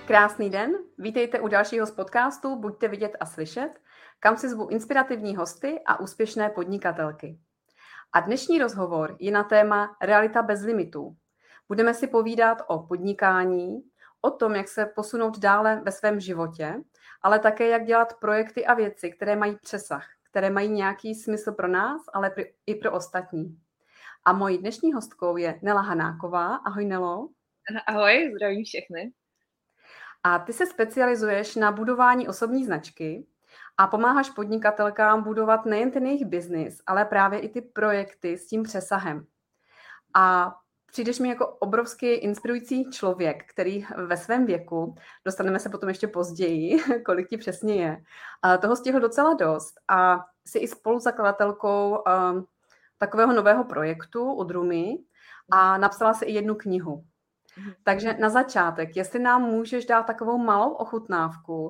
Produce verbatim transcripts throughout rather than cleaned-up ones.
Krásný den, vítejte u dalšího z podcastu Buďte vidět a slyšet, kam si zvu inspirativní hosty a úspěšné podnikatelky. A dnešní rozhovor je na téma Realita bez limitů. Budeme si povídat o podnikání, o tom, jak se posunout dále ve svém životě, ale také jak dělat projekty a věci, které mají přesah, které mají nějaký smysl pro nás, ale i pro ostatní. A mojí dnešní hostkou je Nela Hanáková. Ahoj, Nelo. Ahoj, zdravím všechny. A ty se specializuješ na budování osobní značky a pomáháš podnikatelkám budovat nejen ten jejich biznis, ale právě i ty projekty s tím přesahem. A přijdeš mi jako obrovský inspirující člověk, který ve svém věku, dostaneme se potom ještě později, kolik ti přesně je, toho stihl docela dost a jsi i spoluzakladatelkou um, takového nového projektu Udrumy a napsala si i jednu knihu. Takže na začátek, jestli nám můžeš dát takovou malou ochutnávku,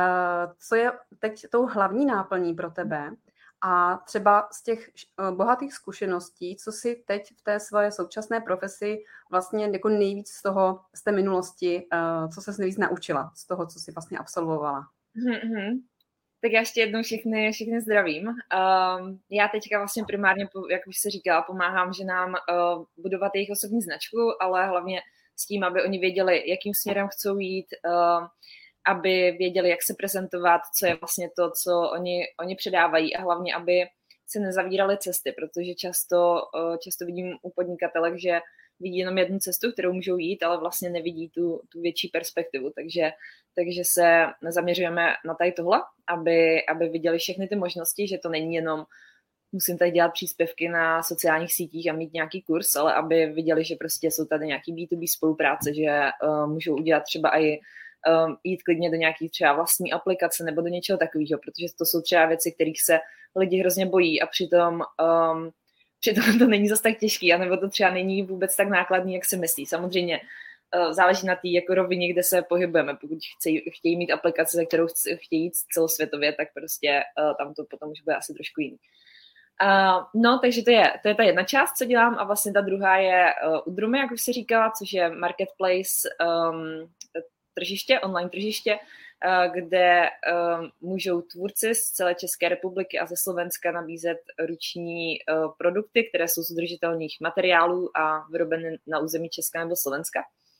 co je teď tou hlavní náplní pro tebe a třeba z těch bohatých zkušeností, co si teď v té své současné profesi vlastně jako nejvíc z toho, z té minulosti, co ses nejvíc naučila z toho, co jsi vlastně absolvovala. Mm-hmm. Tak já ještě jednou všechny, všechny zdravím. Um, já teďka vlastně primárně, jak už se říkala, pomáhám ženám uh, budovat jejich osobní značku, ale hlavně s tím, aby oni věděli, jakým směrem chcou jít, uh, aby věděli, jak se prezentovat, co je vlastně to, co oni, oni předávají a hlavně, aby se nezavírali cesty, protože často, uh, často vidím u podnikatelek, že vidí jenom jednu cestu, kterou můžou jít, ale vlastně nevidí tu, tu větší perspektivu, takže, takže se zaměřujeme na tady tohle, aby, aby viděli všechny ty možnosti, že to není jenom musím tady dělat příspěvky na sociálních sítích a mít nějaký kurz, ale aby viděli, že prostě jsou tady nějaký bé dvě bé spolupráce, že uh, můžou udělat třeba i um, jít klidně do nějakých třeba vlastní aplikace nebo do něčeho takového, protože to jsou třeba věci, kterých se lidi hrozně bojí a přitom, um, přitom to není zas tak těžký, anebo to třeba není vůbec tak nákladný, jak si myslí. Samozřejmě uh, záleží na té jako rovině, kde se pohybujeme. Pokud chtějí, chtějí mít aplikace, za kterou chtějí jít celosvětově, tak prostě uh, tam to potom už bude asi trošku jiný. Uh, no, takže to je, to je ta jedna část, co dělám a vlastně ta druhá je uh, Udrumy, jak už se říkala, což je marketplace, um, tržiště, online tržiště, uh, kde um, můžou tvůrci z celé České republiky a ze Slovenska nabízet ruční uh, produkty, které jsou z udržitelných materiálů a vyrobeny na území Česka nebo Slovenska.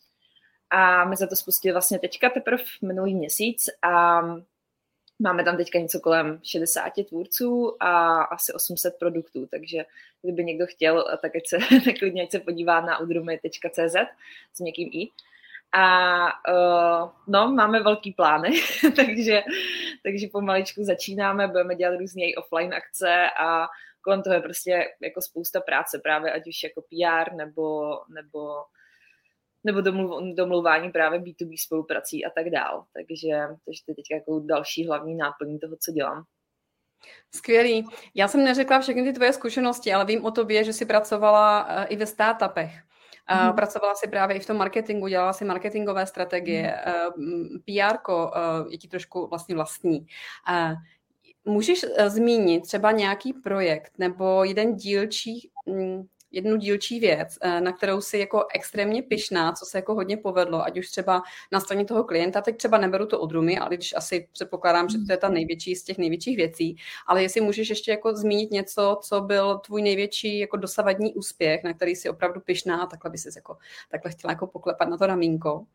A my za to spustili vlastně teďka teprve minulý měsíc a máme tam teďka něco kolem šedesát tvůrců a asi osm set produktů, takže kdyby někdo chtěl, tak, ať se, tak klidně ať se podívá na udrumy tečka cé zet s někým i. A uh, no, máme velký plány, takže, takže pomaličku začínáme, budeme dělat různé offline akce a kolem toho je prostě jako spousta práce, právě ať už jako pé er nebo, nebo nebo domluv, domluvání právě bé dvě bé spoluprací a tak dál. Takže, takže to je teď jako další hlavní náplní toho, co dělám. Skvělý. Já jsem neřekla všechny ty tvoje zkušenosti, ale vím o tobě, že jsi pracovala uh, i ve startupech. Uh, hmm. Pracovala si právě i v tom marketingu, dělala si marketingové strategie, hmm. uh, pé érko uh, je ti trošku vlastně vlastní. Uh, můžeš uh, zmínit třeba nějaký projekt nebo jeden dílčí um, jednu dílčí věc, na kterou si jako extrémně pyšná, co se jako hodně povedlo, ať už třeba na straně toho klienta, teď třeba neberu to Udrumy, ale když asi předpokládám, že to je ta největší z těch největších věcí, ale jestli můžeš ještě jako zmínit něco, co byl tvůj největší jako dosavadní úspěch, na který jsi opravdu pyšná a takhle by jsi jako, takhle chtěla jako poklepat na to ramínko.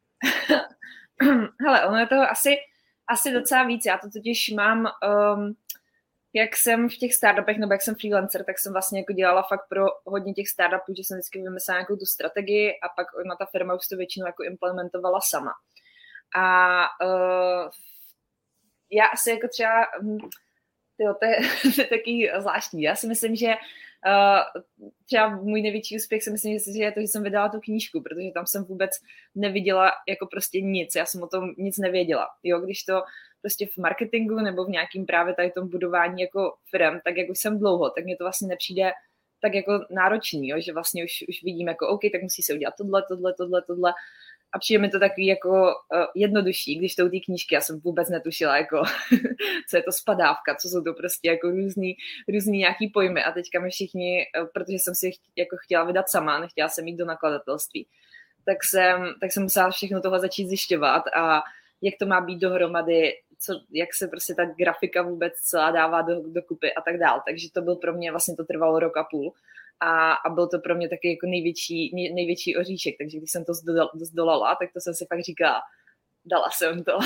Hele, ono je toho asi, asi docela víc, já to totiž mám... Um... Jak jsem v těch startupech, nebo jak jsem freelancer, tak jsem vlastně jako dělala fakt pro hodně těch startupů, že jsem vždycky vymyslela nějakou tu strategii a pak ona ta firma už to většinou jako implementovala sama. A uh, já asi jako třeba, tyjo, to, je, to je taky zvláštní. Já si myslím, že uh, třeba můj největší úspěch si myslím, že je to, že jsem vydala tu knížku, protože tam jsem vůbec neviděla jako prostě nic. Já jsem o tom nic nevěděla. Jo, když to prostě v marketingu nebo v nějakým právě tady tom budování jako firm, tak jak už jsem dlouho, tak mě to vlastně nepřijde tak jako náročný, jo? Že vlastně už, už vidím jako OK, tak musí se udělat tohle, tohle, tohle, tohle a přijde mi to takový jako uh, jednodušší, když to u té knížky já jsem vůbec netušila, jako co je to spadávka, co jsou to prostě jako různý, různý nějaký pojmy a teďka mi všichni, uh, protože jsem si chtě, jako chtěla vydat sama, nechtěla jsem jít do nakladatelství, tak jsem, tak jsem musela všechno tohle začít zjišťovat a jak to má být dohromady, co, jak se prostě ta grafika vůbec celá dává do, do kupy a tak dál. Takže to byl pro mě, vlastně to trvalo rok a půl. A, a byl to pro mě taky jako největší, nej, největší oříšek. Takže když jsem to zdolala, tak to jsem si fakt říkala, dala jsem to.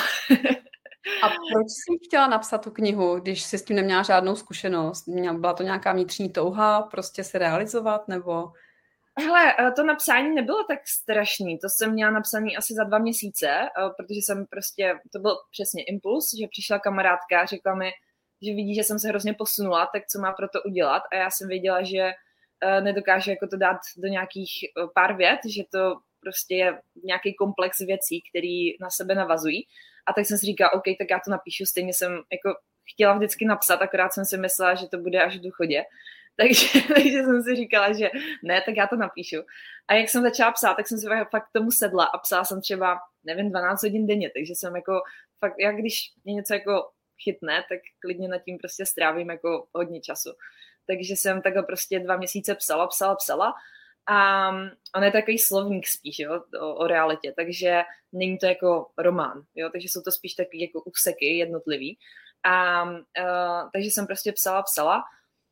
A proč jsi chtěla napsat tu knihu, když jsi s tím neměla žádnou zkušenost? Byla to nějaká vnitřní touha prostě se realizovat, nebo... Hele, to napsání nebylo tak strašný, to jsem měla napsaný asi za dva měsíce, protože jsem prostě, to byl přesně impuls, že přišla kamarádka a řekla mi, že vidí, že jsem se hrozně posunula, tak co má pro to udělat a já jsem věděla, že nedokážu jako to dát do nějakých pár vět, že to prostě je nějaký komplex věcí, které na sebe navazují a tak jsem si říkala, OK, tak já to napíšu, stejně jsem jako chtěla vždycky napsat, akorát jsem si myslela, že to bude až v důchodě. Takže, takže jsem si říkala, že ne, tak já to napíšu. A jak jsem začala psát, tak jsem si fakt k tomu sedla a psala jsem třeba, nevím, dvanáct hodin denně, takže jsem jako fakt, jak když mě něco jako chytne, tak klidně nad tím prostě strávím jako hodně času. Takže jsem takhle prostě dva měsíce psala, psala, psala a on je takový slovník spíš, jo, o, o realitě, takže není to jako román, jo, takže jsou to spíš taky jako úseky jednotlivý. A uh, takže jsem prostě psala, psala.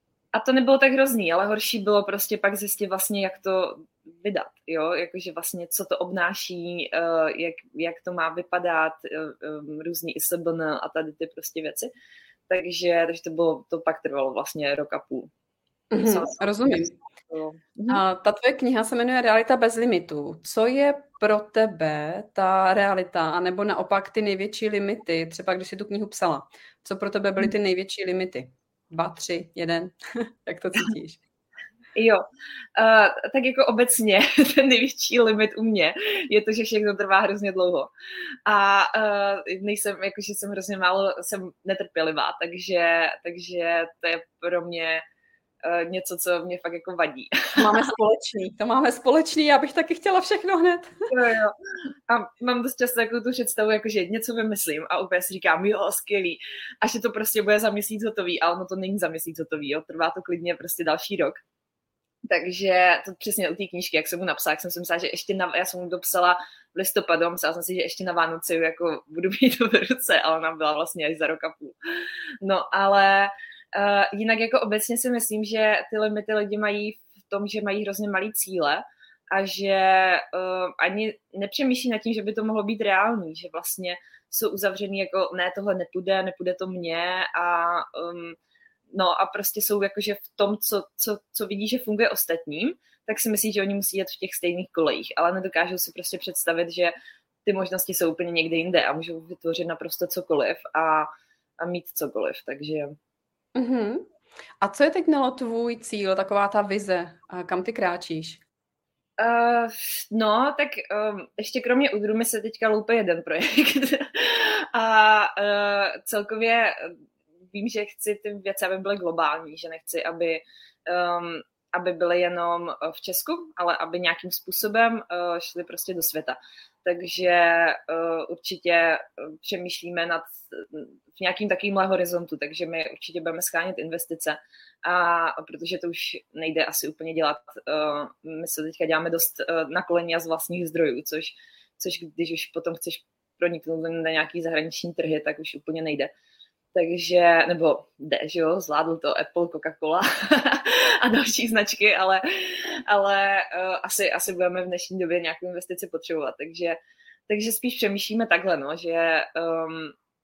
A to nebylo tak hrozný, ale horší bylo prostě pak zjistit vlastně, jak to vydat, jo, jakože vlastně co to obnáší, uh, jak, jak to má vypadat, uh, um, různý I S B N a tady ty prostě věci. Takže, takže to bylo, to pak trvalo vlastně rok a půl. Mm-hmm, rozumím. Mm-hmm. A ta tvoje kniha se jmenuje Realita bez limitů. Co je pro tebe ta realita, anebo naopak ty největší limity, třeba když jsi tu knihu psala? Co pro tebe byly ty největší limity? Dva, tři, jeden. Jak to cítíš? Jo, uh, tak jako obecně ten největší limit u mě je to, že všechno trvá hrozně dlouho. A uh, nejsem, jakože jsem hrozně málo, jsem netrpělivá, takže, takže to je pro mě uh, něco, co mě fakt jako vadí. To máme společný, to máme společný, já bych taky chtěla všechno hned. Jo, jo. A mám dost často takovou tu představu, jakože něco vymyslím a úplně si říkám, jo, skvělý. Až to prostě bude za měsíc hotový, a ono to není za měsíc hotový, jo, trvá to klidně prostě další rok. Takže to přesně u té knížky, jak jsem mu napsala, jak jsem si myslela, že ještě na, já jsem mu dopsala v listopadu a myslela jsem si, že ještě na Vánoce jako budu mít to v ruce, ale ona byla vlastně až za rok a půl. No, ale uh, jinak jako obecně si myslím, že ty limity lidi mají v tom, že mají hrozně malý cíle a že uh, ani nepřemýšlí nad tím, že by to mohlo být reálný, že vlastně jsou uzavřený jako ne, tohle nepůjde, nepůjde to mně a um, no a prostě jsou jakože v tom, co, co, co vidí, že funguje ostatním, tak si myslí, že oni musí jet v těch stejných kolejích, ale nedokážou si prostě představit, že ty možnosti jsou úplně někde jinde a můžou vytvořit naprosto cokoliv a, a mít cokoliv, takže... Uh-huh. A co je teď Nelo tvůj cíl, taková ta vize, a kam ty kráčíš? Uh, no, tak um, ještě kromě Udrumy se teďka loupe jeden projekt a uh, celkově vím, že chci ty věci, aby byly globální, že nechci, aby, um, aby byly jenom v Česku, ale aby nějakým způsobem uh, šly prostě do světa. Takže uh, určitě přemýšlíme nad v nějakým takovýmhle horizontu, takže my určitě budeme schánět investice, a protože to už nejde asi úplně dělat. Uh, my se teďka děláme dost uh, na koleni a z vlastních zdrojů, což, což když už potom chceš proniknout na nějaký zahraniční trhy, tak už úplně nejde. Takže, nebo jde, že jo, zvládl to Apple, Coca-Cola a další značky, ale, ale uh, asi, asi budeme v dnešní době nějakou investici potřebovat. Takže, takže spíš přemýšlíme takhle, no, že, um,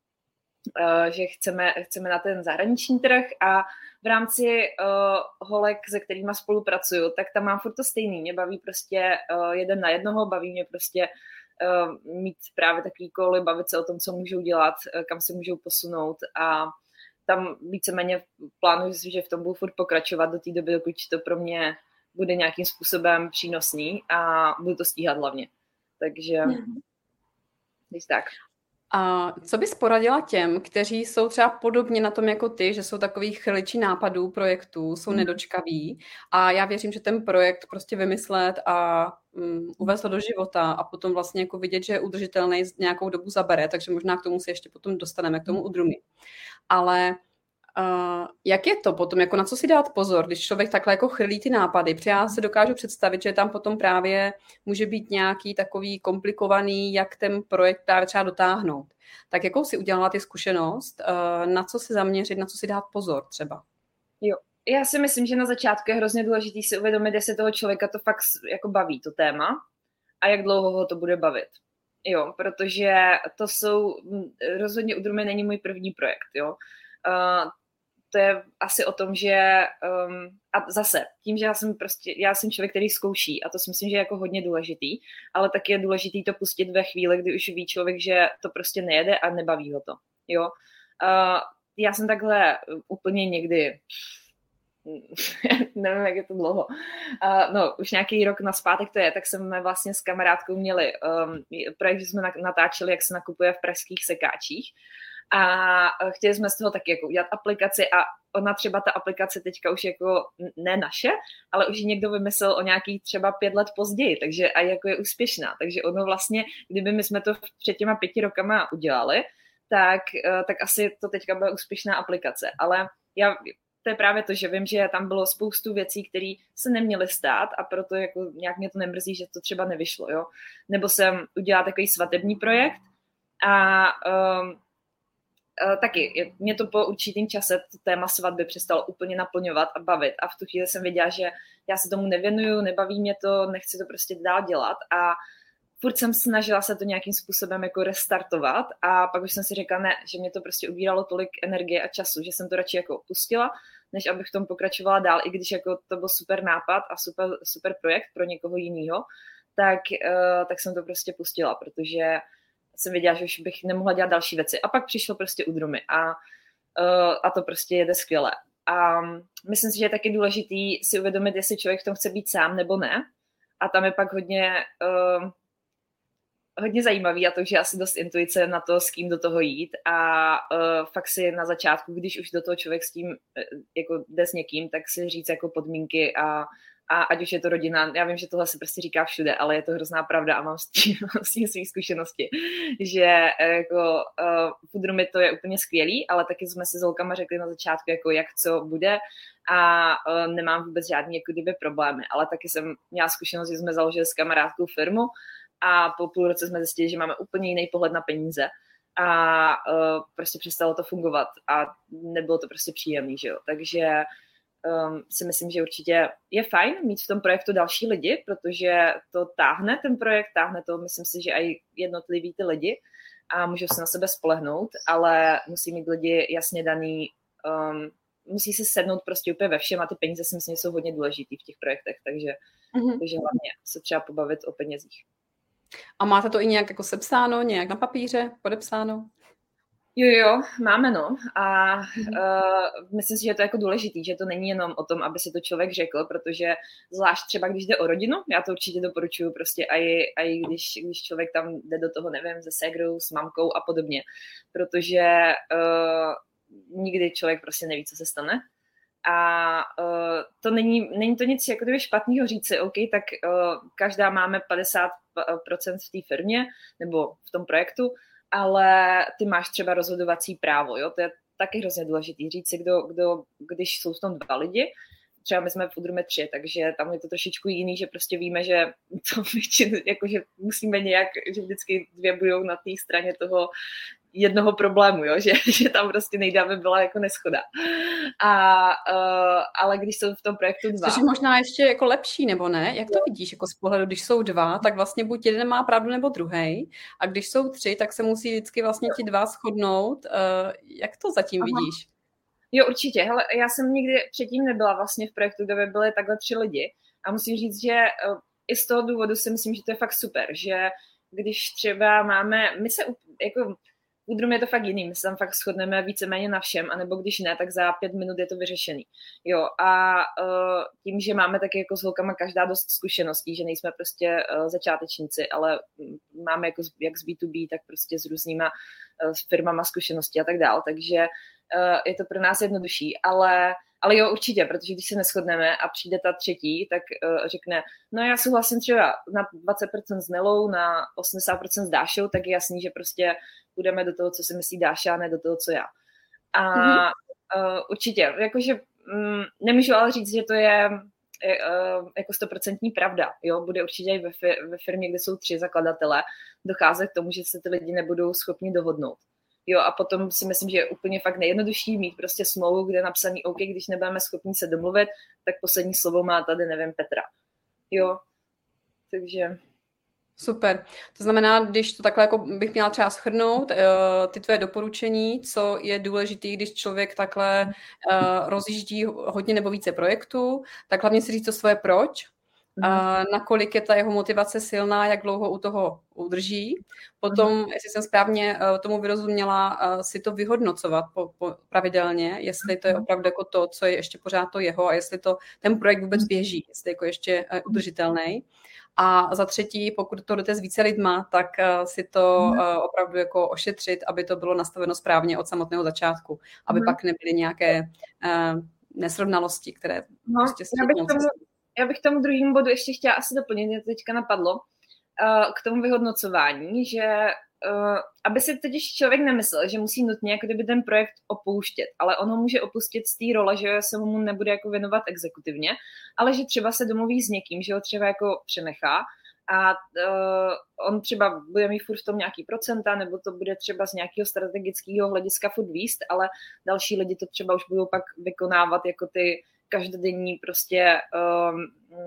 uh, že chceme, chceme na ten zahraniční trh a v rámci uh, holek, se kterýma spolupracuju, tak tam mám furt to stejný. Mě baví prostě uh, jeden na jednoho, baví mě prostě Uh, mít právě takový koly, bavit se o tom, co můžou dělat, uh, kam se můžou posunout a tam víceméně plánuji, že v tom budu furt pokračovat do té doby, dokud to pro mě bude nějakým způsobem přínosný a budu to stíhat hlavně. Takže mm. tak. A co bys poradila těm, kteří jsou třeba podobně na tom jako ty, že jsou takový chličí nápadů, projektů, jsou mm. nedočkaví a já věřím, že ten projekt prostě vymyslet a um, uvést ho do života a potom vlastně jako vidět, že je udržitelný nějakou dobu zabere, takže možná k tomu se ještě potom dostaneme, k tomu Udrumy. Ale Uh, jak je to potom, jako na co si dát pozor, když člověk takhle jako chrlí ty nápady? Protože já si dokážu představit, že tam potom právě může být nějaký takový komplikovaný, jak ten projekt právě třeba dotáhnout. Tak jakou si udělala ty zkušenost, uh, na co si zaměřit, na co si dát pozor třeba? Jo, já si myslím, že na začátku je hrozně důležité si uvědomit, jestli toho člověka to fakt jako baví, to téma, a jak dlouho ho to bude bavit. Jo, protože to jsou, rozhodně Udrumy není můj první projekt, jo. Uh, to je asi o tom, že um, a zase, tím, že já jsem prostě, já jsem člověk, který zkouší a to si myslím, že je jako hodně důležitý, ale taky je důležitý to pustit ve chvíli, kdy už ví člověk, že to prostě nejede a nebaví ho to, jo. Uh, já jsem takhle úplně někdy nevím, jak je to dlouho. Uh, no, už nějaký rok naspátek to je, tak jsme vlastně s kamarádkou měli um, projekt, že jsme natáčeli, jak se nakupuje v pražských sekáčích a chtěli jsme z toho taky jako udělat aplikaci a ona třeba ta aplikace teďka už jako ne naše, ale už ji někdo vymyslel o nějaký třeba pět let později, takže a jako je úspěšná. Takže ono vlastně, kdyby my jsme to před těma pěti rokama udělali, tak, tak asi to teďka byla úspěšná aplikace. Ale já, to je právě to, že vím, že tam bylo spoustu věcí, které se neměly stát a proto jako nějak mě to nemrzí, že to třeba nevyšlo. Jo? Nebo jsem udělala takový svatební projekt a um, Uh, taky, mě to po určitým čase to téma svatby přestalo úplně naplňovat a bavit a v tu chvíli jsem věděla, že já se tomu nevěnuju, nebaví mě to, nechci to prostě dál dělat a furt jsem snažila se to nějakým způsobem jako restartovat a pak už jsem si řekla, ne, že mě to prostě ubíralo tolik energie a času, že jsem to radši jako opustila, než abych v tom pokračovala dál, i když jako to byl super nápad a super, super projekt pro někoho jiného, tak, uh, tak jsem to prostě pustila, protože jsem věděla, že už bych nemohla dělat další věci. A pak přišlo prostě Udrumy a, uh, a to prostě jede skvěle. A myslím si, že je taky důležitý si uvědomit, jestli člověk v tom chce být sám nebo ne. A tam je pak hodně, uh, hodně zajímavý a to, že asi dost intuice na to, s kým do toho jít. A uh, fakt si na začátku, když už do toho člověk s tím jako jde s někým, tak si říct jako podmínky a A ať už je to rodina, já vím, že tohle se prostě říká všude, ale je to hrozná pravda a mám s tím, s tím svý zkušenosti, že jako uh, Udrumy to je úplně skvělý, ale taky jsme si s holkama řekli na začátku, jako jak co bude a uh, nemám vůbec žádný jako kdyby problémy, ale taky jsem měla zkušenost, že jsme založili s kamarádkou firmu a po půl roce jsme zjistili, že máme úplně jiný pohled na peníze a uh, prostě přestalo to fungovat a nebylo to prostě příjemný, že jo, takže Um, si myslím, že určitě je fajn mít v tom projektu další lidi, protože to táhne ten projekt, táhne to, myslím si, že i jednotliví ty lidi a můžou se na sebe spolehnout, ale musí mít lidi jasně daný, um, musí se sednout prostě úplně ve všem a ty peníze si myslím, že jsou hodně důležitý v těch projektech, takže, mm-hmm. takže hlavně se třeba pobavit o penězích. A máte to i nějak jako sepsáno, nějak na papíře, podepsáno? Jo, jo, máme no a uh, myslím si, že je to jako důležitý, že to není jenom o tom, aby si to člověk řekl, protože zvlášť třeba, když jde o rodinu, já to určitě doporučuji prostě i, i když, když člověk tam jde do toho, nevím, se ségrou, s mamkou a podobně, protože uh, nikdy člověk prostě neví, co se stane. A uh, to není, není to nic jako kdyby špatného říci, OK, tak uh, každá máme padesát procent v té firmě nebo v tom projektu, ale ty máš třeba rozhodovací právo, jo, to je taky hrozně důležitý říct si, kdo, kdo, když jsou v tom dva lidi, třeba my jsme v Udrumě tři, takže tam je to trošičku jiný, že prostě víme, že to většinu, jakože musíme nějak, že vždycky dvě budou na té straně toho jednoho problému, jo? Že, že tam prostě nejde, aby byla jako neschoda. A, uh, ale když jsou v tom projektu dva... Což je možná ještě jako lepší, nebo ne? Jak to vidíš jako z pohledu, když jsou dva, tak vlastně buď jeden má pravdu, nebo druhej. A když jsou tři, tak se musí vždycky vlastně ti dva shodnout. Uh, jak to zatím Aha. vidíš? Jo, určitě. Hele, já jsem nikdy předtím nebyla vlastně v projektu, kde by byly takhle tři lidi. A musím říct, že uh, i z toho důvodu si myslím, že to je fakt super, že když třeba máme... My se jako... Udrum je to fakt jiný, my se tam fakt shodneme víceméně na všem, anebo když ne, tak za pět minut je to vyřešený. Jo, a uh, tím, že máme taky jako s holkama každá dost zkušeností, že nejsme prostě uh, začátečníci, ale máme jako jak z bé dvě bé, tak prostě s různýma uh, firmama zkušenosti a tak dál, takže uh, je to pro nás jednodušší, ale Ale jo, určitě, protože když se neshodneme a přijde ta třetí, tak uh, řekne, no já souhlasím třeba na dvacet procent s Nelou, na osmdesát procent s Dášou, tak je jasný, že prostě půjdeme do toho, co si myslí Dáša, a ne do toho, co já. A mm-hmm. Uh, určitě, jakože um, nemůžu ale říct, že to je je, uh, jako stoprocentní pravda, jo, bude určitě i ve, fir- ve firmě, kde jsou tři zakladatelé, docházet k tomu, že se ty lidi nebudou schopni dohodnout. Jo, a potom si myslím, že je úplně fakt nejjednodušší mít prostě smlouvu, kde je napsaný OK, když nebudeme schopni se domluvit, tak poslední slovo má tady, nevím, Petra. Jo, takže... Super. To znamená, když to takhle jako bych měla třeba shrnout, ty tvoje doporučení, co je důležité, když člověk takhle rozjíždí hodně nebo více projektů, tak hlavně si říct to svoje proč, mm. nakolik je ta jeho motivace silná, jak dlouho u toho udrží. Potom, mm. jestli jsem správně tomu vyrozuměla, si to vyhodnocovat po, po, pravidelně, jestli to je opravdu jako to, co je ještě pořád to jeho a jestli to ten projekt vůbec běží, jestli je jako ještě udržitelný. A za třetí, pokud to jdete s více lidma, tak si to mm. opravdu jako ošetřit, aby to bylo nastaveno správně od samotného začátku, aby mm. pak nebyly nějaké uh, nesrovnalosti, které no, prostě se já, bych tomu, já bych tomu druhému bodu ještě chtěla asi doplnit, mě to teďka napadlo, uh, k tomu vyhodnocování, že uh, aby si totiž člověk nemyslel, že musí nutně jako kdyby ten projekt opouštět, ale on ho může opustit z té role, že se mu nebude jako věnovat exekutivně, ale že třeba se domluví s někým, že ho třeba jako přenechá a uh, on třeba bude mít furt v tom nějaký procenta, nebo to bude třeba z nějakého strategického hlediska furt výst, ale další lidi to třeba už budou pak vykonávat jako ty každodenní prostě um,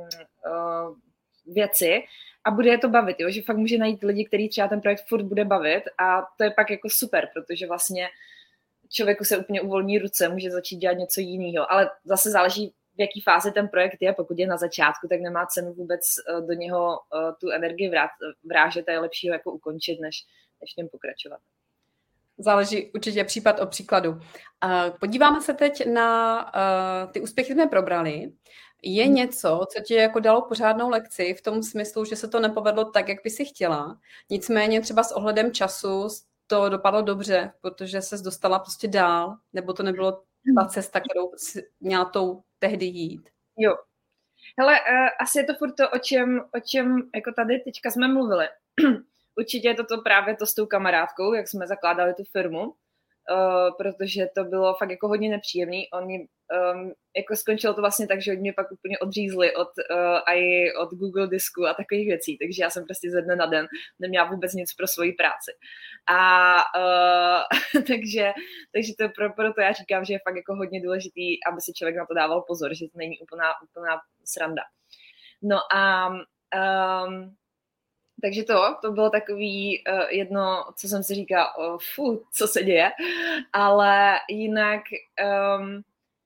uh, věci a bude je to bavit, jo? Že fakt může najít lidi, který třeba ten projekt furt bude bavit a to je pak jako super, protože vlastně člověku se úplně uvolní ruce, může začít dělat něco jiného, ale zase záleží, v jaký fázi ten projekt je, pokud je na začátku, tak nemá cenu vůbec do něho tu energii vrát, vrážet a je lepší ho jako ukončit, než, než v něm pokračovat. Záleží určitě případ o příkladu. Podíváme se teď na ty úspěchy, jsme probrali. Je hmm. něco, co ti jako dalo pořádnou lekci v tom smyslu, že se to nepovedlo tak, jak by si chtěla. Nicméně třeba s ohledem času to dopadlo dobře, protože ses dostala prostě dál, nebo to nebylo ta cesta, kterou měla tou tehdy jít. Jo. Hele, uh, asi je to furt to, o čem, o čem jako tady teďka jsme mluvili. Určitě je to, to právě to s tou kamarádkou, jak jsme zakládali tu firmu, uh, protože to bylo fakt jako hodně nepříjemný. Oni um, jako skončilo to vlastně tak, že od mě pak úplně odřízli od, uh, i od Google disku a takových věcí, takže já jsem prostě ze dne na den neměla vůbec nic pro svoji práci. A uh, takže, takže to pro, proto já říkám, že je fakt jako hodně důležitý, aby si člověk na to dával pozor, že to není úplná, úplná sranda. No a um, takže to, to bylo takový uh, jedno, co jsem si říkala, oh, fu, co se děje, ale jinak um,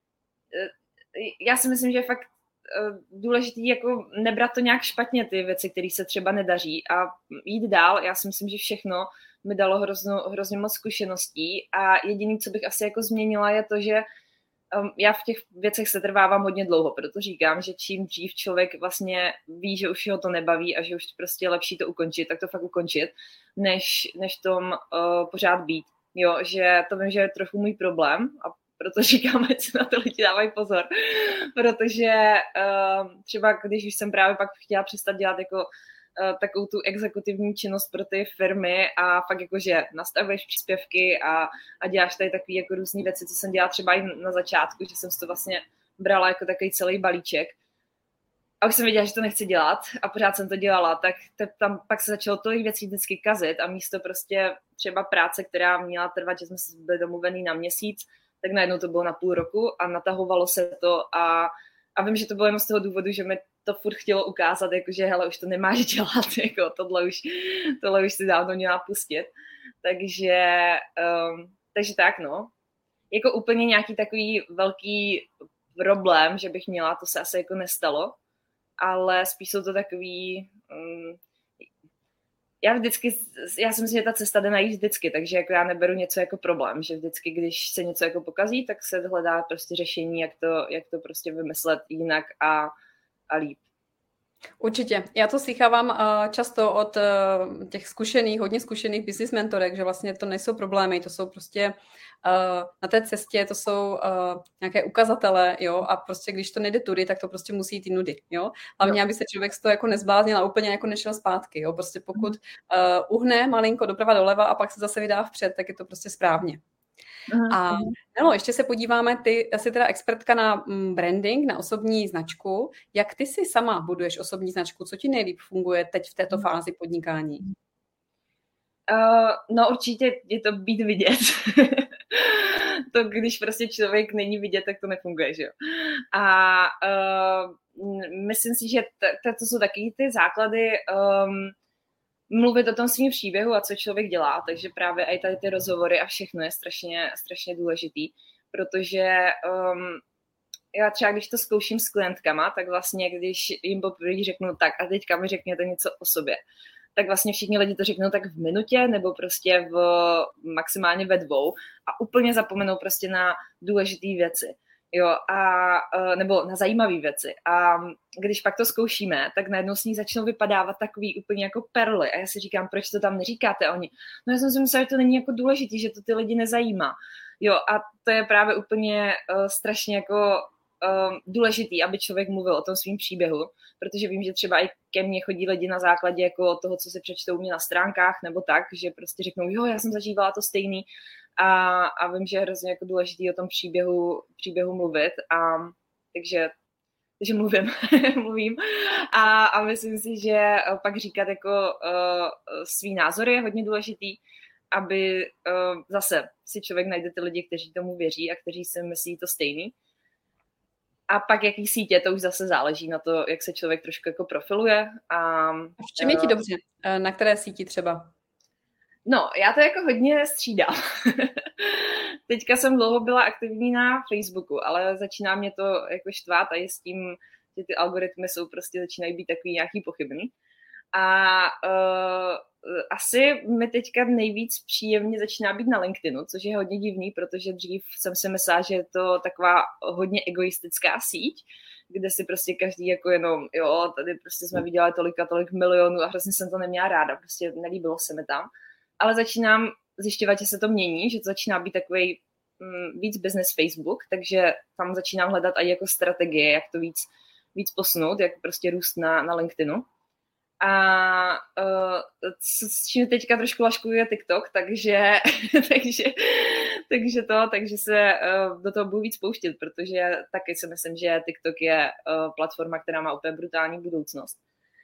já si myslím, že je fakt uh, důležitý jako nebrat to nějak špatně, ty věci, které se třeba nedaří a jít dál. Já si myslím, že všechno mi dalo hrozno, hrozně moc zkušeností a jediné, co bych asi jako změnila, je to, že um, já v těch věcech se trvávám hodně dlouho, proto říkám, že čím dřív člověk vlastně ví, že už ho to nebaví a že už prostě je lepší to ukončit, tak to fakt ukončit, než, než tom uh, pořád být. Jo, že to vím, že je trochu můj problém a proto říkám, ať se na to lidi dávají pozor, protože uh, třeba když už jsem právě pak chtěla přestat dělat jako uh, takovou tu exekutivní činnost pro ty firmy a fakt jako, že nastavuješ příspěvky a, a děláš tady takové jako různé věci, co jsem dělala třeba i na začátku, že jsem si to vlastně brala jako takový celý balíček. A už jsem věděla, že to nechci dělat a pořád jsem to dělala, tak tam pak se začalo tolik věcí vždycky kazit a místo prostě třeba práce, která měla trvat, že jsme byli domluvený na měsíc, tak najednou to bylo na půl roku a natahovalo se to a, a vím, že to bylo jenom z toho důvodu, že mi to furt chtělo ukázat, jakože hele, už to nemáš dělat, jako tohle už, tohle už si dávno měla pustit. Takže, um, takže tak, no. Jako úplně nějaký takový velký problém, že bych měla, to se asi jako nestalo, ale spíš jsou to takový... Um, já vždycky, já si myslím, že ta cesta jde najít vždycky, takže jako já neberu něco jako problém, že vždycky, když se něco jako pokazí, tak se hledá prostě řešení, jak to, jak to prostě vymyslet jinak a, a líp. Určitě. Já to slychávám uh, často od uh, těch zkušených, hodně zkušených business mentorek, že vlastně to nejsou problémy, to jsou prostě uh, na té cestě, to jsou uh, nějaké ukazatele, jo, a prostě když to nejde tudy, tak to prostě musí jít i nudy, jo. Hlavně, aby se člověk z toho jako nezbláznil a úplně jako nešel zpátky, jo. Prostě pokud uh, uhne malinko doprava doleva a pak se zase vydá vpřed, tak je to prostě správně. A no, ještě se podíváme, ty jsi teda expertka na branding, na osobní značku. Jak ty si sama buduješ osobní značku? Co ti nejlíp funguje teď v této fázi podnikání? Uh, no určitě je to být vidět. To, když prostě člověk není vidět, tak to nefunguje, že jo. A uh, myslím si, že t- t- to jsou taky ty základy um, mluvit o tom svým příběhu a co člověk dělá, takže právě i tady ty rozhovory a všechno je strašně, strašně důležitý, protože um, já třeba, když to zkouším s klientkama, tak vlastně, když jim poprvé řeknu tak a teďka mi řekněte něco o sobě, tak vlastně všichni lidi to řeknou tak v minutě nebo prostě v maximálně ve dvou a úplně zapomenou prostě na důležité věci. Jo, a, nebo na zajímavé věci. A když pak to zkoušíme, tak najednou s ní začnou vypadávat takový úplně jako perly. A já si říkám, proč to tam neříkáte? A oni, no já jsem si myslela, že to není jako důležitý, že to ty lidi nezajímá. Jo, a to je právě úplně uh, strašně jako uh, důležitý, aby člověk mluvil o tom svým příběhu, protože vím, že třeba i ke mně chodí lidi na základě jako toho, co si přečtou mě na stránkách, nebo tak, že prostě řeknou, jo, já jsem zažívala to stejný, a, a vím, že je hrozně jako důležitý o tom příběhu, příběhu mluvit, a takže, takže mluvím, mluvím a, a myslím si, že pak říkat jako uh, svý názory je hodně důležitý, aby uh, zase si člověk najde ty lidi, kteří tomu věří a kteří si myslí to stejný. A pak jaký sítě, to už zase záleží na to, jak se člověk trošku jako profiluje. A, v čem je ti dobře? Na které síti třeba? No, já to jako hodně střídám. Teďka jsem dlouho byla aktivní na Facebooku, ale začíná mě to jako štvát a je s tím, že ty algoritmy jsou prostě, začínají být takový nějaký pochybný. A uh, asi mi teďka nejvíc příjemně začíná být na LinkedInu, což je hodně divný, protože dřív jsem si myslela, že je to taková hodně egoistická síť, kde si prostě každý jako jenom, jo, tady prostě jsme viděli tolik a tolik milionů a hrozně jsem to neměla ráda, prostě nelíbilo se mi tam. Ale začínám zjišťovat, že se to mění, že to začíná být takový mm, víc business Facebook, takže tam začínám hledat i jako strategie, jak to víc, víc posunout, jak prostě růst na, na LinkedInu. A uh, s čím teďka trošku laškuju je TikTok, takže, takže, takže to, takže se uh, do toho budu víc pouštět, protože taky si myslím, že TikTok je uh, platforma, která má úplně brutální budoucnost.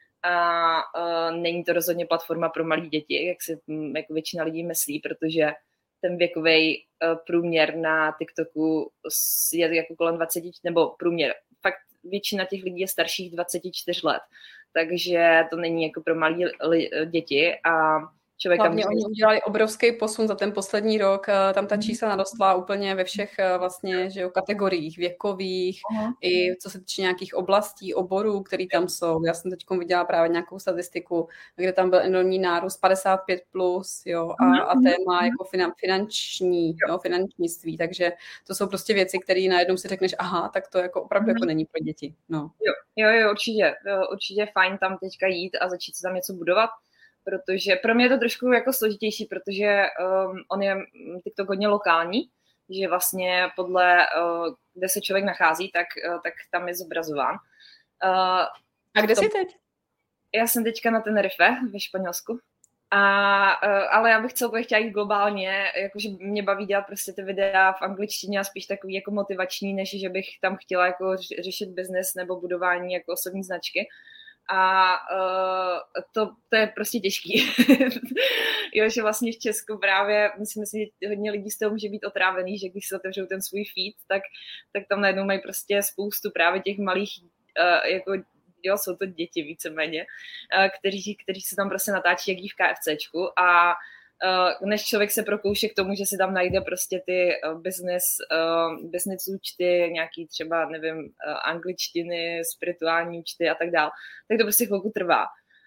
A uh, není to rozhodně platforma pro malé děti, jak si m, jako většina lidí myslí, protože ten věkový uh, průměr na TikToku je jako kolem dvacet, nebo průměr, fakt většina těch lidí je starších dvacet čtyři let, takže to není jako pro malé děti a člověk Hlavně tam... oni udělali obrovský posun za ten poslední rok, tam ta čísla narostla úplně ve všech vlastně, že jo, kategoriích věkových, uh-huh. i co se týče nějakých oblastí, oborů, které tam jsou. Já jsem teď viděla právě nějakou statistiku, kde tam byl enormní nárůst padesát pět plus, jo, a, a téma jako finan, finanční, jo, finančnictví, takže to jsou prostě věci, které najednou si řekneš, aha, tak to jako opravdu uh-huh. jako není pro děti, no. Jo, jo, jo, určitě, jo, určitě je fajn tam teďka jít a začít se tam něco budovat, protože pro mě je to trošku jako složitější, protože um, on je TikTok hodně lokální, že vlastně podle, uh, kde se člověk nachází, tak, uh, tak tam je zobrazován. Uh, a kde to, jsi teď? Já jsem teďka na Tenerife ve Španělsku. A, uh, ale já bych celkově chtěla jít globálně, jakože mě baví dělat prostě ty videa v angličtině a spíš takový jako motivační, než že bych tam chtěla jako řešit biznes nebo budování jako osobní značky. A uh, to, to je prostě těžký. Jo, že vlastně v Česku právě, myslím si, že hodně lidí z toho může být otrávený, že když se otevřou ten svůj feed, tak, tak tam najednou mají prostě spoustu právě těch malých, uh, jako, jo, jsou to děti víceméně, uh, kteří, kteří se tam prostě natáčí jak v KFCčku a Uh, než člověk se prokouše k tomu, že si tam najde prostě ty uh, business, uh, business účty, nějaký třeba, nevím, uh, angličtiny, spirituální účty a tak dál, tak to prostě chvilku trvá.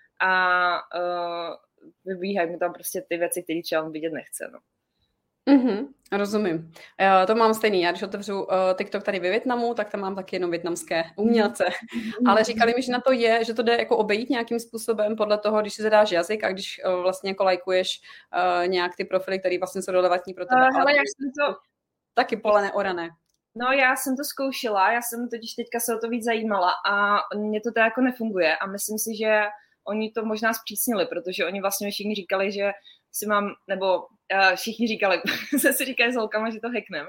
A uh, vybíhají mu tam prostě ty věci, které třeba on vidět nechce, no. Mm-hmm, rozumím. Uh, to mám stejný. Já když otevřu uh, TikTok tady ve Vietnamu, tak tam mám taky jenom vietnamské umělce. Mm-hmm. Ale říkali mi, že na to je, že to jde jako obejít nějakým způsobem podle toho, když si zadáš jazyk a když uh, vlastně jako lajkuješ uh, nějak ty profily, které vlastně jsou relevantní pro tebe. Uh, hele, já jsem to... Taky pole neorané. No, já jsem to zkoušela, já jsem totiž teďka se o to víc zajímala a mně to tak jako nefunguje a myslím si, že oni to možná zpřísnili, protože oni vlastně všichni říkali, že si mám, nebo uh, všichni říkali, se si říkají s holkama, že to hacknem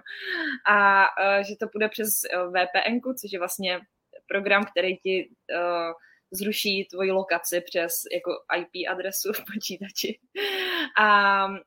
a uh, že to půjde přes uh, V P N ku, což je vlastně program, který ti uh, zruší tvoji lokaci přes jako I P adresu v počítači. A, uh,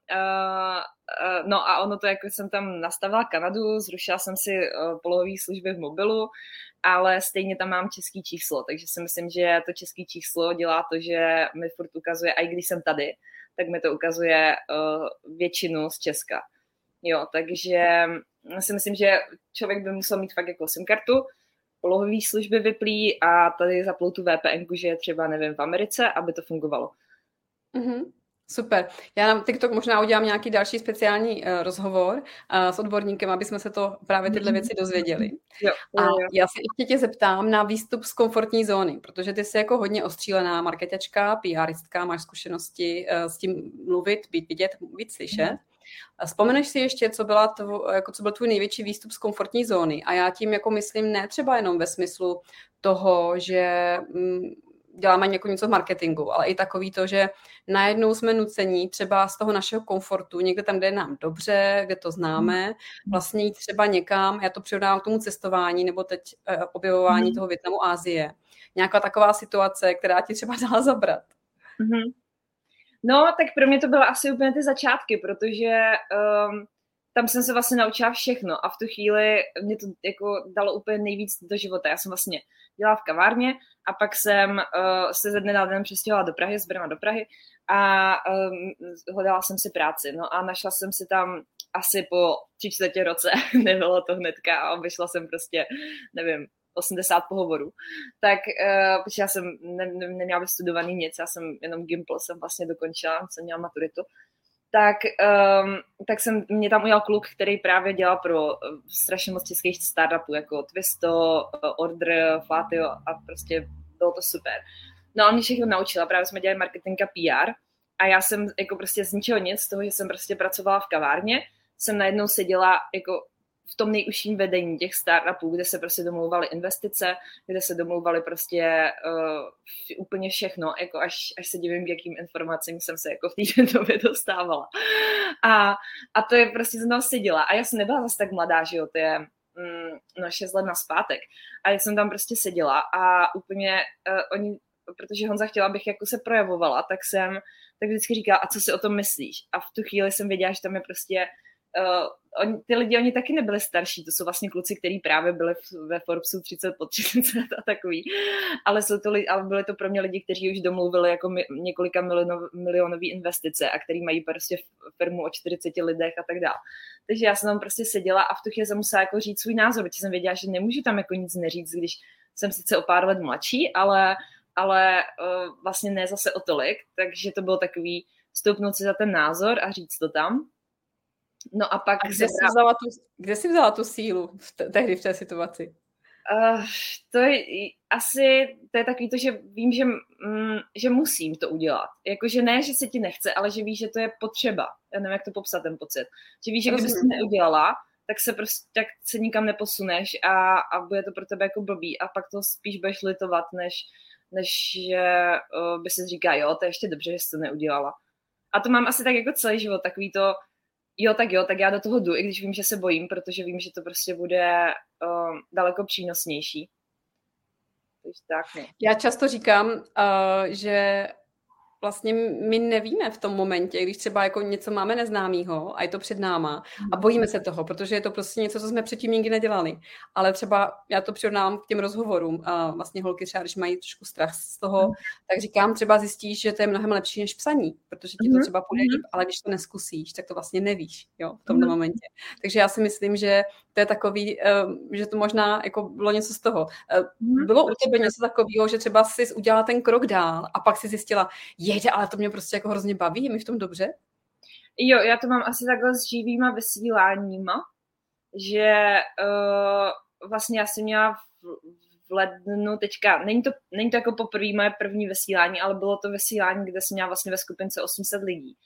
uh, no a ono to, jako jsem tam nastavila Kanadu, zrušila jsem si uh, polohové služby v mobilu, ale stejně tam mám český číslo, takže si myslím, že to český číslo dělá to, že mi furt ukazuje, i když jsem tady, tak mi to ukazuje uh, většinu z Česka. Jo, takže si myslím, že člověk by musel mít fakt jako SIM kartu, polohové služby vyplý a tady zaplou tu V P N ku, že je třeba, nevím, v Americe, aby to fungovalo. Mm-hmm. Super. Já na TikTok možná udělám nějaký další speciální uh, rozhovor uh, s odborníkem, aby jsme se to právě tyhle věci dozvěděli. Jo, a jo. já se ještě tě zeptám na výstup z komfortní zóny, protože ty jsi jako hodně ostřílená marketačka, PRistka, máš zkušenosti uh, s tím mluvit, být vidět, být slyšet. Mm. Vzpomeneš si ještě, co, byla tvo, jako co byl tvůj největší výstup z komfortní zóny? A já tím jako myslím ne třeba jenom ve smyslu toho, že mm, děláme jako něco v marketingu, ale i takový to, že najednou jsme nucení třeba z toho našeho komfortu, někde tam, kde je nám dobře, kde to známe, vlastně jít třeba někam, já to přirovnávám k tomu cestování, nebo teď uh, objevování toho Vietnamu, Asie. Nějaká taková situace, která ti třeba dala zabrat. Mm-hmm. No, tak pro mě to bylo asi úplně ty začátky, protože um, tam jsem se vlastně naučila všechno a v tu chvíli mě to jako dalo úplně nejvíc do života. Já jsem vlastně dělala v kavárně a pak jsem uh, se ze dne na den přestěhovala do Prahy, z Brna do Prahy a um, hledala jsem si práci. No a našla jsem si tam asi po tři čtvrtě roce, nebylo to hnedka a obešla jsem prostě, nevím, osmdesát pohovorů. Tak, uh, protože já jsem ne, ne, neměla vystudovaný nic, já jsem jenom Gimpl jsem vlastně dokončila, jsem měla maturitu. Tak, um, tak jsem, mě tam ujel kluk, který právě dělal pro uh, strašně moc českých startupů, jako Twisto, uh, Order, Flatio a prostě bylo to super. No a on mě všechno naučila, právě jsme dělali marketing a P R a já jsem jako prostě z ničeho nic, z toho, že jsem prostě pracovala v kavárně, jsem najednou seděla jako v tom nejužším vedení těch startupů, kde se prostě domlouvaly investice, kde se domlouvaly prostě uh, úplně všechno, jako až, až se divím, k jakým informacím jsem se jako v té době dostávala. A, a to je prostě znovu seděla. A já jsem nebyla zase tak mladá, že jo, to je mm, no šest let nazpátek. A já jsem tam prostě seděla a úplně uh, oni, protože Honza chtěla, abych jako se projavovala, tak jsem tak vždycky říkala, a co si o tom myslíš? A v tu chvíli jsem věděla, že tam je prostě Uh, oni, ty lidi, oni taky nebyli starší, to jsou vlastně kluci, kteří právě byli v, ve Forbesu třicet po třicet a takový, ale, jsou to, ale byli to pro mě lidi, kteří už domluvili jako mi, několika milionov, milionové investice a který mají prostě firmu o čtyřiceti lidech a tak dále. Takže já jsem tam prostě seděla a v tu chvíli jsem musela jako říct svůj názor, protože jsem věděla, že nemůžu tam jako nic neříct, když jsem sice o pár let mladší, ale, ale uh, vlastně ne zase o tolik, takže to bylo takový stoupnout si za ten názor a říct to tam. No a pak... A kde, jsi vzala tu, kde jsi vzala tu sílu v te, tehdy v té situaci? Uh, to je asi, to je takový to, že vím, že, mm, že musím to udělat. Jakože ne, že se ti nechce, ale že víš, že to je potřeba. Já nevím, jak to popsat, ten pocit. Že víš, že kdybys to neudělala, tak se prostě tak se nikam neposuneš a, a bude to pro tebe jako blbý a pak to spíš budeš litovat, než, než že uh, by se říká, jo, to je ještě dobře, že jsi to neudělala. A to mám asi tak jako celý život, takový to jo, tak jo, tak já do toho jdu, i když vím, že se bojím, protože vím, že to prostě bude uh, daleko přínosnější. Takže tak, ne. Já často říkám, uh, že vlastně my nevíme v tom momentě, když třeba jako něco máme neznámýho a je to před náma a bojíme se toho, protože je to prostě něco, co jsme předtím nikdy nedělali. Ale třeba já to přirovnám k těm rozhovorům a vlastně holky třeba, když mají trošku strach z toho, tak říkám, třeba zjistíš, že to je mnohem lepší než psaní, protože ti to třeba půjde líp, ale když to neskusíš, tak to vlastně nevíš, jo, v tomto momentě. Takže já si myslím, že to je takový, že to možná jako bylo něco z toho. Bylo u tebe něco takového, že třeba jsi udělala ten krok dál a pak si zjistila, jejde, ale to mě prostě jako hrozně baví, je mi v tom dobře? Jo, já to mám asi takhle s živýma vysíláníma, že uh, vlastně já jsem měla v, v lednu teďka, není to, není to jako poprvé moje první vysílání, ale bylo to vysílání, kde jsem měla vlastně ve skupince osm set lidí.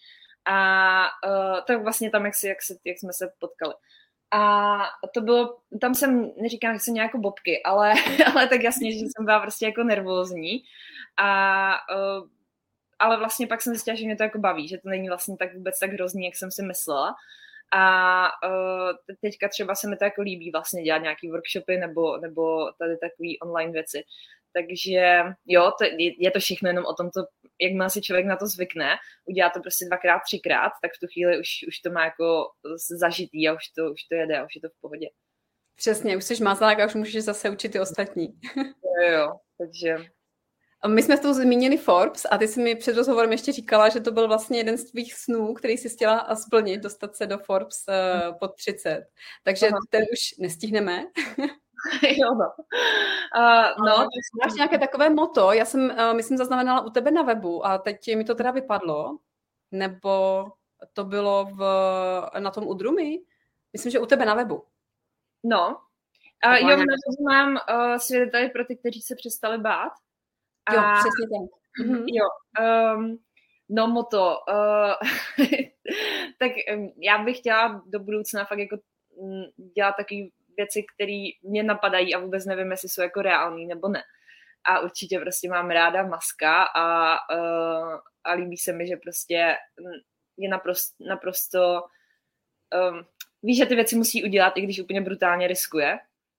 A uh, tak vlastně tam, jak, si, jak, si, jak jsme se potkali. A to bylo, tam jsem, neříkám, že jsem nějakou bobky, ale, ale tak jasně, že jsem byla prostě jako nervózní. A uh, ale vlastně pak jsem zjistila, že mě to jako baví, že to není vlastně tak vůbec tak hrozný, jak jsem si myslela. A uh, teďka třeba se mi to jako líbí vlastně dělat nějaký workshopy nebo, nebo tady takový online věci. Takže jo, to, je, je to všechno jenom o tom, to, jakmile si člověk na to zvykne, udělá to prostě dvakrát, třikrát, tak v tu chvíli už, už to má jako zažitý a už to, už to jede a už je to v pohodě. Přesně, už jsi mazlák a už můžeš zase učit ty ostatní. Jo, jo, takže... My jsme tu zmínili Forbes a ty jsi mi před rozhovorem ještě říkala, že to byl vlastně jeden z tvých snů, který jsi chtěla splnit, dostat se do Forbes uh, pod třicet. Takže Aha. ten už nestihneme. Jo, no. Uh, no, máš nějaké takové moto? Já jsem, uh, myslím, zaznamenala u tebe na webu a teď mi to teda vypadlo. Nebo to bylo v, na tom Udrumy? Myslím, že u tebe na webu. No. Uh, jo, na webu mám uh, svět tady pro ty, kteří se přestali bát. A, jo, přesně tak. Mm-hmm. Jo, um, no moto. Uh, tak um, já bych chtěla do budoucna fakt jako um, dělat takové věci, které mě napadají a vůbec nevím, jestli jsou jako reální nebo ne. A určitě prostě mám ráda Muska a, uh, a líbí se mi, že prostě je naprosto, naprosto um, víš, že ty věci musí udělat, i když úplně brutálně riskuje.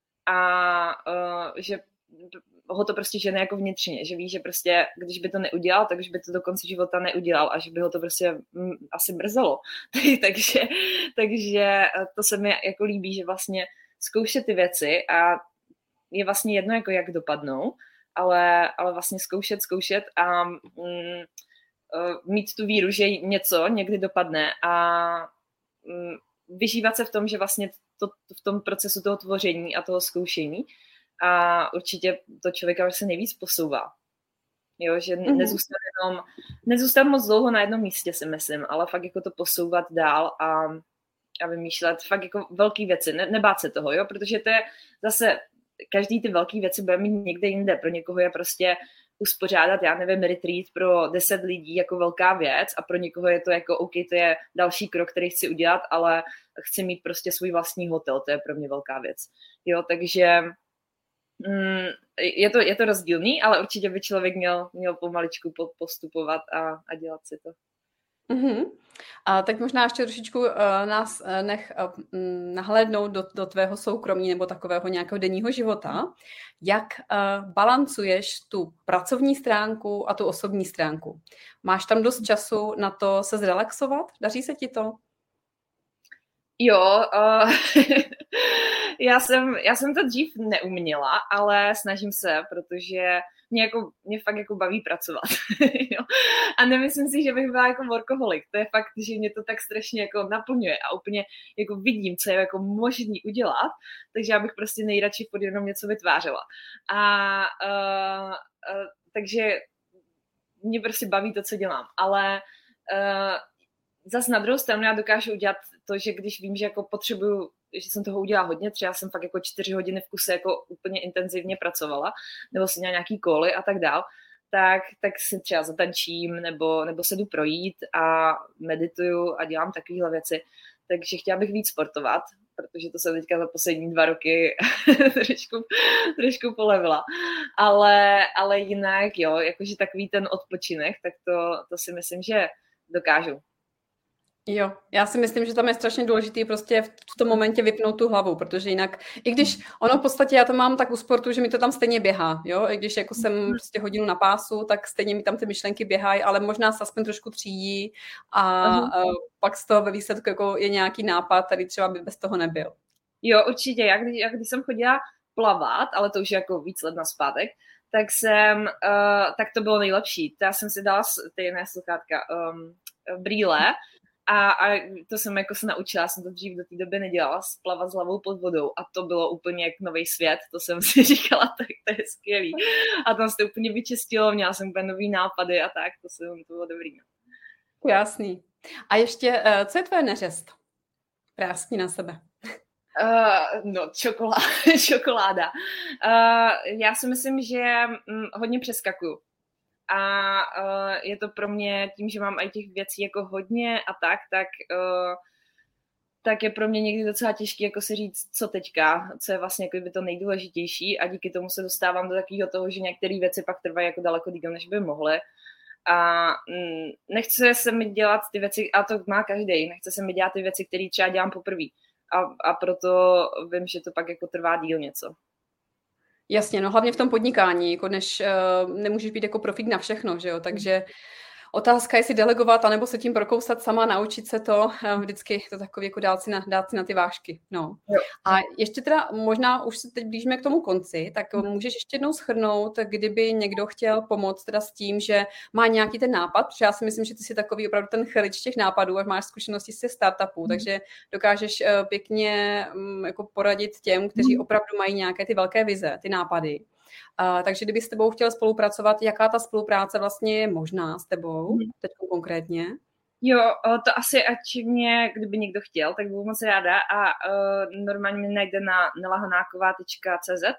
A uh, že ho to prostě žene jako vnitřně, že ví, že prostě, když by to neudělal, tak už by to do konce života neudělal a že by ho to prostě m, asi mrzelo. takže, takže to se mi jako líbí, že vlastně zkoušet ty věci a je vlastně jedno, jako jak dopadnou, ale, ale vlastně zkoušet, zkoušet a mm, mít tu víru, že něco někdy dopadne a mm, vyžívat se v tom, že vlastně to, v tom procesu toho tvoření a toho zkoušení a určitě to člověka se nejvíc posouvá. Jo, že mm-hmm. nezůstat jenom, nezůstat moc dlouho na jednom místě, si myslím, ale fakt jako to posouvat dál a, a vymýšlet fakt jako velký věci, ne, nebát se toho, jo, protože to je zase, každý ty velký věci bude mít někde jinde, pro někoho je prostě uspořádat, já nevím, retreat pro deset lidí jako velká věc a pro někoho je to jako, OK, to je další krok, který chci udělat, ale chci mít prostě svůj vlastní hotel, to je pro mě velká věc. Jo, takže mm, je, to, je to rozdílný, ale určitě by člověk měl, měl pomaličku postupovat a, a dělat si to. Mm-hmm. A teď možná ještě trošičku uh, nás uh, nech uh, nahlédnout do, do tvého soukromí nebo takového nějakého denního života. Jak uh, balancuješ tu pracovní stránku a tu osobní stránku? Máš tam dost času na to se zrelaxovat? Daří se ti to? Jo, uh, já, jsem, já jsem to dřív neuměla, ale snažím se, protože mě, jako, mě fakt jako baví pracovat. Jo? A nemyslím si, že bych byla jako workoholik. To je fakt, že mě to tak strašně jako naplňuje a úplně jako vidím, co je jako možný udělat, takže já bych prostě nejradši pod jenom něco vytvářela. A uh, uh, takže mě prostě baví to, co dělám. Ale uh, zase na druhou stranu já dokážu udělat to, že když vím, že jako potřebuju, že jsem toho udělala hodně, třeba jsem fakt jako čtyři hodiny v kuse jako úplně intenzivně pracovala, nebo si měla nějaký koly a tak dál, tak, tak si třeba zatančím, nebo, nebo se jdu projít a medituju a dělám takovéhle věci. Takže chtěla bych víc sportovat, protože to jsem teďka za poslední dva roky trošku, trošku polevila. Ale, ale jinak, jo, jakože takový ten odpočinek, tak to, to si myslím, že dokážu. Jo, já si myslím, že tam je strašně důležitý prostě v tom momentě vypnout tu hlavu, protože jinak, i když ono v podstatě, já to mám tak u sportu, že mi to tam stejně běhá, jo, i když jako jsem prostě hodinu na pásu, tak stejně mi tam ty myšlenky běhají, ale možná se aspoň trošku třídí a uh-huh. pak z toho ve výsledku jako je nějaký nápad, který třeba by bez toho nebyl. Jo, určitě, já když, já když jsem chodila plavat, ale to už je jako víc let nazpátek, tak jsem, uh, tak to bylo nejlepší. Já jsem si dala ty ne sluchátka, um, brýle, A, a to jsem jako se naučila, jsem to dřív do té doby nedělala, splavat s hlavou pod vodou a to bylo úplně jak nový svět, to jsem si říkala, tak to je skvělý. A tam se to úplně vyčistilo, měla jsem úplně nový nápady a tak, to, jsem, to bylo dobrý. Jasný. A ještě, co je tvoje neřest? Prásní na sebe. Uh, no, čokoláda. čokoláda. Uh, já si myslím, že hm, hodně přeskakuju. A uh, je to pro mě tím, že mám i těch věcí jako hodně a tak, tak, uh, tak je pro mě někdy docela těžké jako si říct, co teďka, co je vlastně jako by to nejdůležitější a díky tomu se dostávám do takového toho, že některé věci pak trvají jako daleko díl, než by mohly. A nechce se mi dělat ty věci, a to má každý, nechce se mi dělat ty věci, které třeba dělám poprvé. A, a proto vím, že to pak jako trvá díl něco. Jasně, no hlavně v tom podnikání, jako než uh, nemůžeš být jako profík na všechno, že jo, takže otázka, jestli delegovat, anebo se tím prokousat sama, naučit se to, vždycky to takový jako dát si na, dát si na ty vážky. No. A ještě teda možná už se teď blížíme k tomu konci, tak můžeš ještě jednou shrnout, kdyby někdo chtěl pomoct teda s tím, že má nějaký ten nápad, protože já si myslím, že ty jsi takový opravdu ten chlič těch nápadů, až máš zkušenosti se startupů, mm. takže dokážeš pěkně jako poradit těm, kteří opravdu mají nějaké ty velké vize, ty nápady. Uh, takže kdyby s tebou chtěl spolupracovat, jaká ta spolupráce vlastně je možná s tebou, mm. teď konkrétně? Jo, to asi, ať mě, kdyby někdo chtěl, tak budu moc ráda a uh, normálně mě najde na nelahanáková tečka cé zet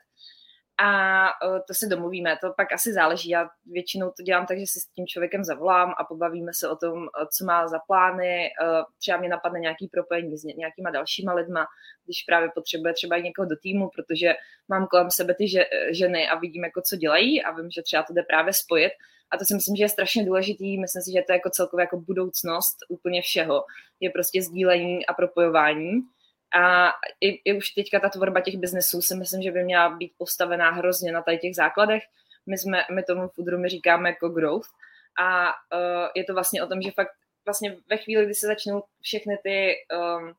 a uh, to se domluvíme, to pak asi záleží, já většinou to dělám tak, že si s tím člověkem zavolám a pobavíme se o tom, co má za plány, uh, třeba mě napadne nějaký propojení s nějakýma dalšíma lidma, když právě potřebuje třeba i někoho do týmu, protože mám kolem sebe ty ženy a vidím, jako co dělají a vím, že třeba to jde právě spojit. A to si myslím, že je strašně důležitý. Myslím si, že to je jako celkově jako budoucnost úplně všeho. Je prostě sdílení a propojování. A i, i už teďka ta tvorba těch biznesů si myslím, že by měla být postavená hrozně na tady těch základech. My, jsme, my tomu v Udrumy říkáme jako growth. A uh, je to vlastně o tom, že fakt vlastně ve chvíli, kdy se začnou všechny ty um,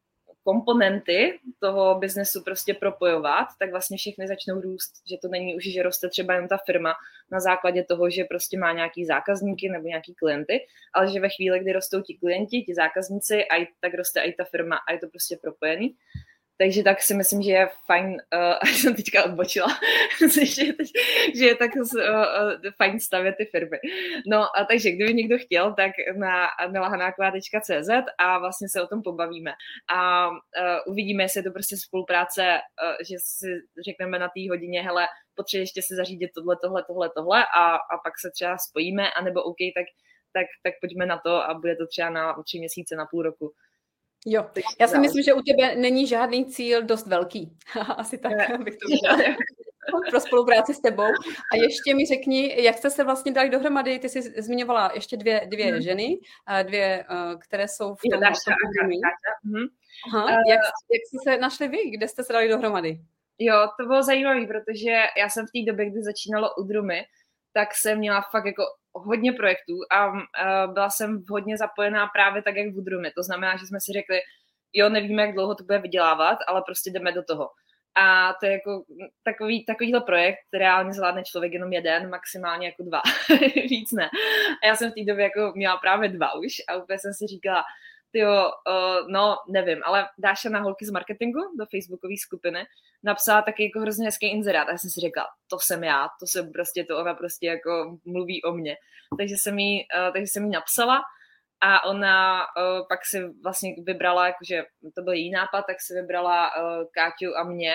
komponenty toho biznesu prostě propojovat, tak vlastně všechny začnou růst, že to není už, že roste třeba jen ta firma na základě toho, že prostě má nějaký zákazníky nebo nějaký klienty, ale že ve chvíli, kdy rostou ti klienti, ti zákazníci, a tak roste i ta firma a je to prostě propojený. Takže tak si myslím, že je fajn, uh, až jsem teďka odbočila, že, je teď, že je tak uh, fajn stavět ty firmy. No a takže kdyby někdo chtěl, tak na nelahanáková tečka cé zet a vlastně se o tom pobavíme. A uh, uvidíme, jestli je to prostě spolupráce, uh, že si řekneme na té hodině, hele, potřebuješ ještě si zařídit tohle, tohle, tohle, tohle a, a pak se třeba spojíme, anebo OK, tak, tak, tak pojďme na to a bude to třeba na tři měsíce, na půl roku. Jo, já si myslím, že u tebe není žádný cíl dost velký. Asi tak bych to viděla. Pro spolupráci s tebou. A ještě mi řekni, jak jste se vlastně dali dohromady, ty jsi zmiňovala ještě dvě, dvě hmm. ženy, dvě, které jsou v tom programu. Aha, jak, jak jste se našli vy, kde jste se dali dohromady? Jo, to bylo zajímavé, protože já jsem v té době, kdy začínalo Udrumy, tak jsem měla fakt jako hodně projektů a uh, byla jsem hodně zapojená právě tak, jak v Udrumy. To znamená, že jsme si řekli, jo, nevíme, jak dlouho to bude vydělávat, ale prostě jdeme do toho. A to je jako takový, takovýhle projekt, který reálně zvládne člověk jenom jeden, maximálně jako dva, víc ne. A já jsem v té době jako měla právě dva už a úplně jsem si říkala, tyjo, uh, no, nevím, ale Dáša na holky z marketingu do facebookové skupiny napsala taky jako hrozně hezký inzerát a já jsem si říkala, to jsem já, to jsem prostě, to ona prostě jako mluví o mně. Takže jsem jí, uh, takže jsem jí napsala a ona uh, pak si vlastně vybrala, jakože to byl její nápad, tak si vybrala uh, Káťu a mě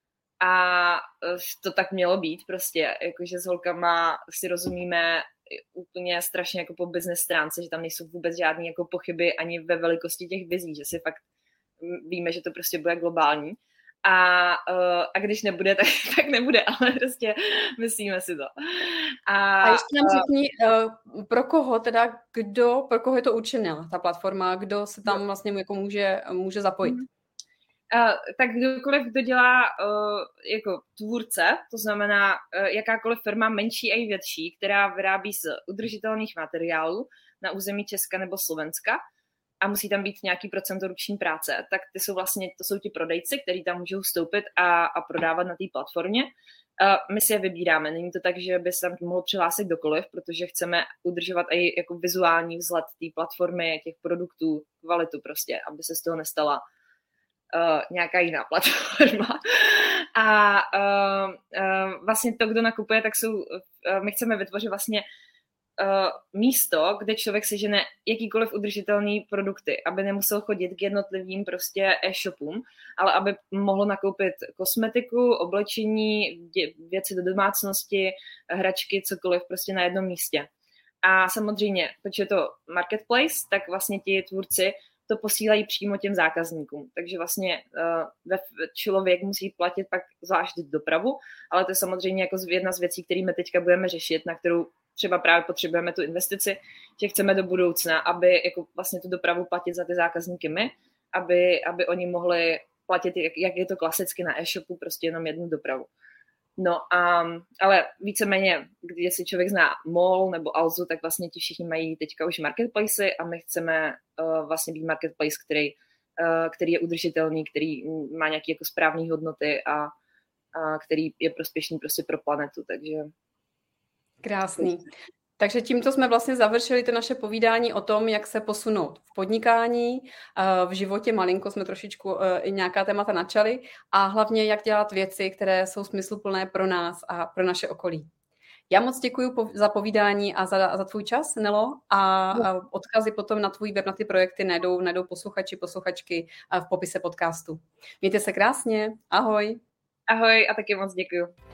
a uh, to tak mělo být prostě, jakože s holkama si rozumíme úplně strašně jako po business stránce, že tam nejsou vůbec žádné jako pochyby ani ve velikosti těch vizí, že si fakt víme, že to prostě bude globální. A, uh, a když nebude, tak, tak nebude, ale prostě myslíme si to. A, a ještě nám řekni, uh, pro koho teda, kdo, pro koho je to určená ta platforma, kdo se tam vlastně jako může, může zapojit? Uh, tak kdokoliv, kdo dělá uh, jako tvůrce, to znamená uh, jakákoliv firma menší a i větší, která vyrábí z udržitelných materiálů na území Česka nebo Slovenska a musí tam být nějaký procento ruční práce, tak ty jsou vlastně, to jsou ti prodejci, kteří tam můžou vstoupit a, a prodávat na té platformě. Uh, my si je vybíráme, není to tak, že by se tam mohl přihlásit kdokoliv, protože chceme udržovat i jako vizuální vzhled té platformy, těch produktů, kvalitu prostě, aby se z toho nestala Uh, nějaká jiná platforma. A uh, uh, vlastně to, kdo nakupuje, tak jsou, uh, my chceme vytvořit vlastně uh, místo, kde člověk sežene jakýkoliv udržitelný produkty, aby nemusel chodit k jednotlivým prostě e-shopům, ale aby mohl nakoupit kosmetiku, oblečení, dě- věci do domácnosti, hračky, cokoliv prostě na jednom místě. A samozřejmě, protože je to marketplace, tak vlastně ti tvůrci to posílají přímo těm zákazníkům. Takže vlastně uh, člověk musí platit pak zvlášť dopravu, ale to je samozřejmě jako jedna z věcí, které my teďka budeme řešit, na kterou třeba právě potřebujeme tu investici, že chceme do budoucna, aby jako vlastně tu dopravu platit za ty zákazníky my, aby, aby oni mohli platit, jak, jak je to klasicky na e-shopu, prostě jenom jednu dopravu. No a, ale víceméně, když si člověk zná MOL nebo Alzu, tak vlastně ti všichni mají teďka už marketplace a my chceme uh, vlastně být marketplace, který, uh, který je udržitelný, který má nějaké jako správné hodnoty a, a který je prospěšný prostě pro planetu, takže... Krásný. Takže tímto jsme vlastně završili to naše povídání o tom, jak se posunout v podnikání, v životě malinko jsme trošičku i nějaká témata načali a hlavně jak dělat věci, které jsou smysluplné pro nás a pro naše okolí. Já moc děkuji za povídání a za, za tvůj čas, Nelo, a, a odkazy potom na tvůj web, na ty projekty najdou, najdou posluchači, posluchačky v popise podcastu. Mějte se krásně, ahoj. Ahoj a taky moc děkuji.